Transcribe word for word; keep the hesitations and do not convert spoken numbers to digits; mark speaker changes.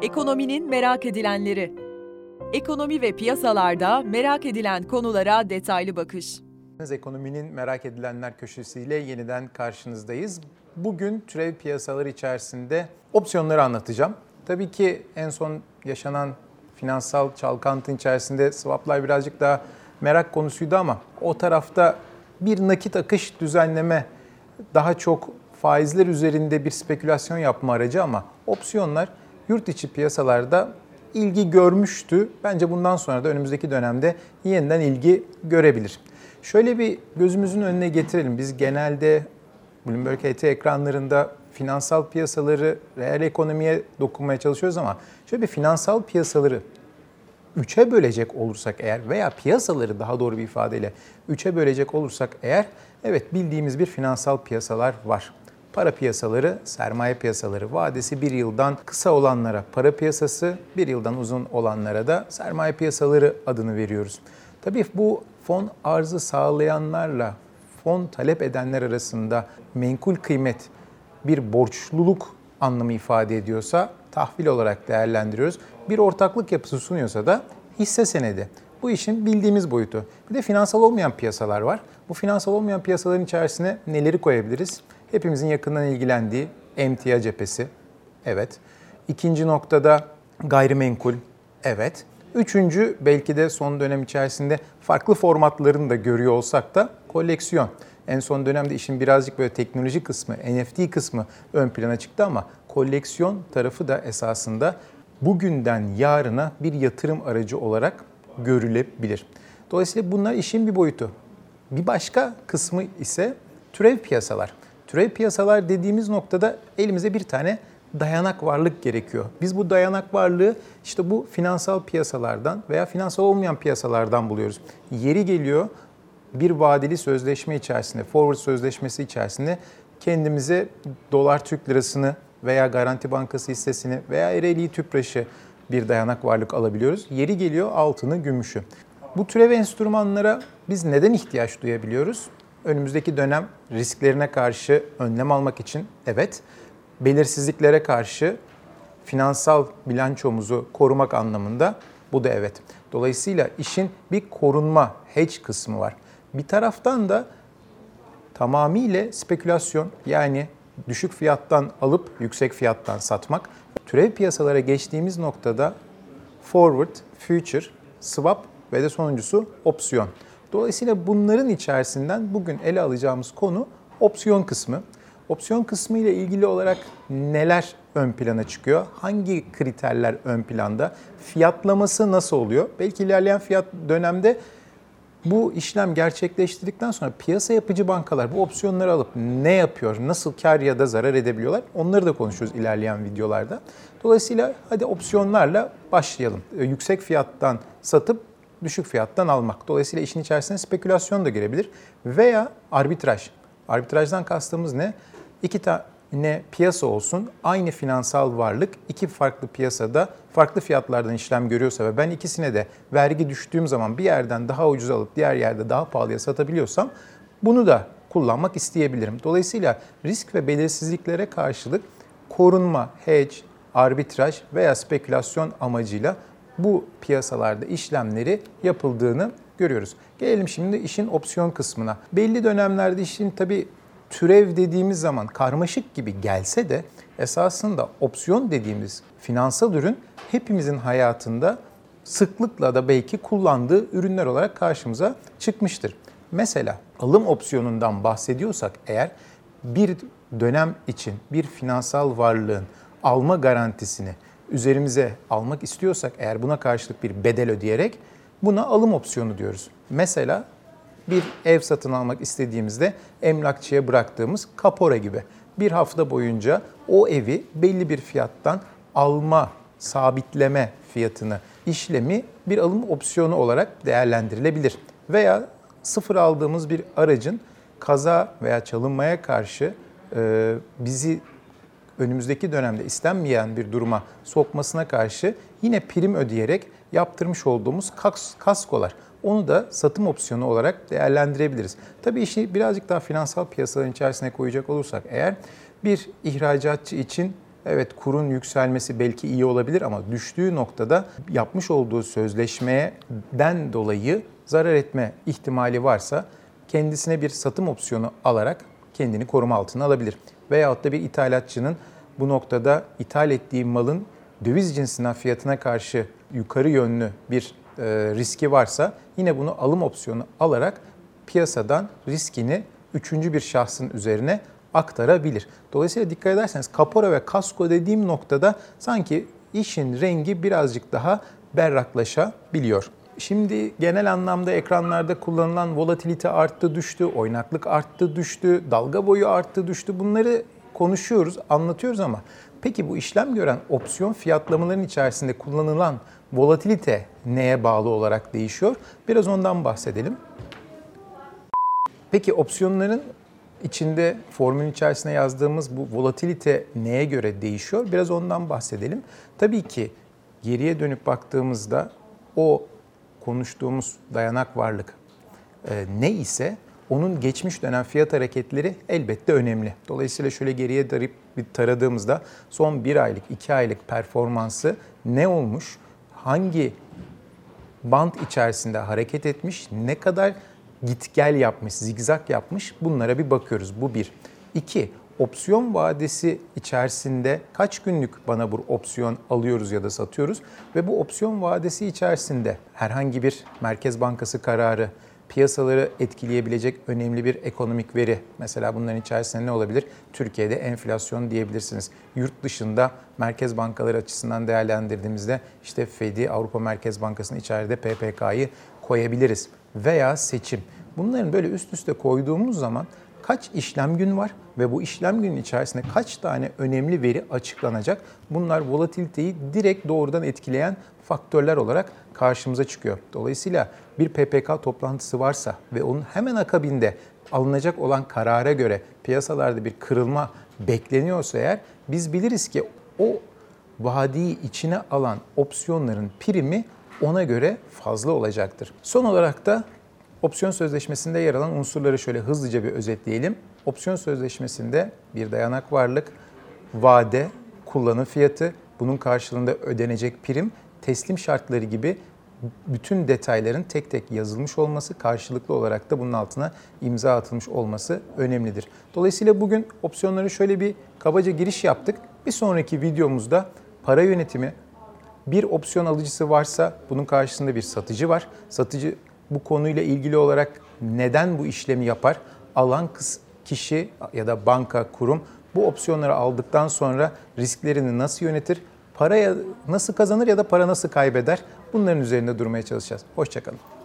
Speaker 1: Ekonominin merak edilenleri. Ekonomi ve piyasalarda merak edilen konulara detaylı bakış.
Speaker 2: Ekonominin merak edilenler köşesiyle yeniden karşınızdayız. Bugün türev piyasaları içerisinde opsiyonları anlatacağım. Tabii ki en son yaşanan finansal çalkantının içerisinde swaplar birazcık daha merak konusuydu ama o tarafta bir nakit akış düzenleme, daha çok faizler üzerinde bir spekülasyon yapma aracı ama opsiyonlar yurt içi piyasalarda ilgi görmüştü. Bence bundan sonra da önümüzdeki dönemde yeniden ilgi görebilir. Şöyle bir gözümüzün önüne getirelim. Biz genelde Bloomberg H T ekranlarında finansal piyasaları, reel ekonomiye dokunmaya çalışıyoruz ama şöyle bir finansal piyasaları üçe bölecek olursak eğer veya piyasaları daha doğru bir ifadeyle üçe bölecek olursak eğer evet bildiğimiz bir finansal piyasalar var. Para piyasaları, sermaye piyasaları, vadesi bir yıldan kısa olanlara para piyasası, bir yıldan uzun olanlara da sermaye piyasaları adını veriyoruz. Tabii bu fon arzı sağlayanlarla fon talep edenler arasında menkul kıymet bir borçluluk anlamı ifade ediyorsa tahvil olarak değerlendiriyoruz. Bir ortaklık yapısı sunuyorsa da hisse senedi. Bu işin bildiğimiz boyutu. Bir de finansal olmayan piyasalar var. Bu finansal olmayan piyasaların içerisine neleri koyabiliriz? Hepimizin yakından ilgilendiği emtia cephesi. Evet. İkinci noktada gayrimenkul. Evet. Üçüncü belki de son dönem içerisinde farklı formatlarını da görüyor olsak da koleksiyon. En son dönemde işin birazcık böyle teknoloji kısmı, N F T kısmı ön plana çıktı ama koleksiyon tarafı da esasında bugünden yarına bir yatırım aracı olarak görülebilir. Dolayısıyla bunlar işin bir boyutu. Bir başka kısmı ise türev piyasalar. Türev piyasalar dediğimiz noktada elimize bir tane dayanak varlık gerekiyor. Biz bu dayanak varlığı işte bu finansal piyasalardan veya finansal olmayan piyasalardan buluyoruz. Yeri geliyor bir vadeli sözleşme içerisinde, forward sözleşmesi içerisinde kendimize dolar Türk lirasını veya Garanti Bankası hissesini veya Ereğli Tüpraş'ı bir dayanak varlık alabiliyoruz. Yeri geliyor altını, gümüşü. Bu türev enstrümanlara biz neden ihtiyaç duyabiliyoruz? Önümüzdeki dönem risklerine karşı önlem almak için evet, belirsizliklere karşı finansal bilançomuzu korumak anlamında bu da evet. Dolayısıyla işin bir korunma, hedge kısmı var. Bir taraftan da tamamıyla spekülasyon, yani düşük fiyattan alıp yüksek fiyattan satmak. Türev piyasalara geçtiğimiz noktada forward, future, swap ve de sonuncusu opsiyon. Dolayısıyla bunların içerisinden bugün ele alacağımız konu opsiyon kısmı. Opsiyon kısmı ile ilgili olarak neler ön plana çıkıyor? Hangi kriterler ön planda? Fiyatlaması nasıl oluyor? Belki ilerleyen fiyat dönemde bu işlem gerçekleştirdikten sonra piyasa yapıcı bankalar bu opsiyonları alıp ne yapıyor? Nasıl kar ya da zarar edebiliyorlar? Onları da konuşuruz ilerleyen videolarda. Dolayısıyla hadi opsiyonlarla başlayalım. Yüksek fiyattan satıp düşük fiyattan almak. Dolayısıyla işin içerisine spekülasyon da girebilir. Veya arbitraj. Arbitrajdan kastımız ne? İki tane piyasa olsun, aynı finansal varlık iki farklı piyasada farklı fiyatlardan işlem görüyorsa ve ben ikisine de vergi düştüğüm zaman bir yerden daha ucuz alıp diğer yerde daha pahalıya satabiliyorsam bunu da kullanmak isteyebilirim. Dolayısıyla risk ve belirsizliklere karşılık korunma, hedge, arbitraj veya spekülasyon amacıyla bu piyasalarda işlemleri yapıldığını görüyoruz. Gelelim şimdi işin opsiyon kısmına. Belli dönemlerde işin tabii türev dediğimiz zaman karmaşık gibi gelse de esasında opsiyon dediğimiz finansal ürün hepimizin hayatında sıklıkla da belki kullandığı ürünler olarak karşımıza çıkmıştır. Mesela alım opsiyonundan bahsediyorsak eğer bir dönem için bir finansal varlığın alma garantisini üzerimize almak istiyorsak eğer buna karşılık bir bedel ödeyerek buna alım opsiyonu diyoruz. Mesela bir ev satın almak istediğimizde emlakçıya bıraktığımız kapora gibi bir hafta boyunca o evi belli bir fiyattan alma, sabitleme fiyatını, işlemi bir alım opsiyonu olarak değerlendirilebilir. Veya sıfır aldığımız bir aracın kaza veya çalınmaya karşı e, bizi önümüzdeki dönemde istenmeyen bir duruma sokmasına karşı yine prim ödeyerek yaptırmış olduğumuz kaskolar. Onu da satım opsiyonu olarak değerlendirebiliriz. Tabii işi birazcık daha finansal piyasaların içerisine koyacak olursak eğer bir ihracatçı için Evet, kurun yükselmesi belki iyi olabilir ama düştüğü noktada yapmış olduğu sözleşmeden dolayı zarar etme ihtimali varsa kendisine bir satım opsiyonu alarak kendini koruma altına alabilir. Veyahut da bir ithalatçının bu noktada ithal ettiği malın döviz cinsinden fiyatına karşı yukarı yönlü bir e, riski varsa yine bunu alım opsiyonu alarak piyasadan riskini üçüncü bir şahsın üzerine aktarabilir. Dolayısıyla dikkat ederseniz kapora ve kasko dediğim noktada sanki işin rengi birazcık daha berraklaşabiliyor. Şimdi genel anlamda ekranlarda kullanılan volatilite arttı düştü, oynaklık arttı düştü, dalga boyu arttı düştü. Bunları konuşuyoruz, anlatıyoruz ama peki bu işlem gören opsiyon fiyatlamaların içerisinde kullanılan volatilite neye bağlı olarak değişiyor? Biraz ondan bahsedelim. Peki opsiyonların içinde formülün içerisine yazdığımız bu volatilite neye göre değişiyor? Biraz ondan bahsedelim. Tabii ki geriye dönüp baktığımızda o konuştuğumuz dayanak varlık e, ne ise onun geçmiş dönem fiyat hareketleri elbette önemli. Dolayısıyla şöyle geriye darıp bir taradığımızda son bir aylık, iki aylık performansı ne olmuş, hangi band içerisinde hareket etmiş, ne kadar git gel yapmış, zigzag yapmış, bunlara bir bakıyoruz. Bu bir. İki, opsiyon vadesi içerisinde kaç günlük bana bu opsiyon alıyoruz ya da satıyoruz ve bu opsiyon vadesi içerisinde herhangi bir Merkez Bankası kararı, piyasaları etkileyebilecek önemli bir ekonomik veri. Mesela bunların içerisinde ne olabilir? Türkiye'de enflasyon diyebilirsiniz. Yurt dışında merkez bankaları açısından değerlendirdiğimizde işte Fed'i, Avrupa Merkez Bankası'nın içeride P P K'yı koyabiliriz. Veya seçim. Bunların böyle üst üste koyduğumuz zaman kaç işlem gün var ve bu işlem günün içerisinde kaç tane önemli veri açıklanacak? Bunlar volatiliteyi direkt doğrudan etkileyen faktörler olarak karşımıza çıkıyor. Dolayısıyla bir P P K toplantısı varsa ve onun hemen akabinde alınacak olan karara göre piyasalarda bir kırılma bekleniyorsa eğer biz biliriz ki o vadiyi içine alan opsiyonların primi ona göre fazla olacaktır. Son olarak da opsiyon sözleşmesinde yer alan unsurları şöyle hızlıca bir özetleyelim. Opsiyon sözleşmesinde bir dayanak varlık, vade, kullanım fiyatı, bunun karşılığında ödenecek prim, teslim şartları gibi bütün detayların tek tek yazılmış olması, karşılıklı olarak da bunun altına imza atılmış olması önemlidir. Dolayısıyla bugün opsiyonlara şöyle bir kabaca giriş yaptık. Bir sonraki videomuzda para yönetimi, bir opsiyon alıcısı varsa bunun karşısında bir satıcı var. Satıcı bu konuyla ilgili olarak neden bu işlemi yapar? Alan kişi ya da banka, kurum bu opsiyonları aldıktan sonra risklerini nasıl yönetir? Paraya nasıl kazanır ya da para nasıl kaybeder? Bunların üzerinde durmaya çalışacağız. Hoşça kalın.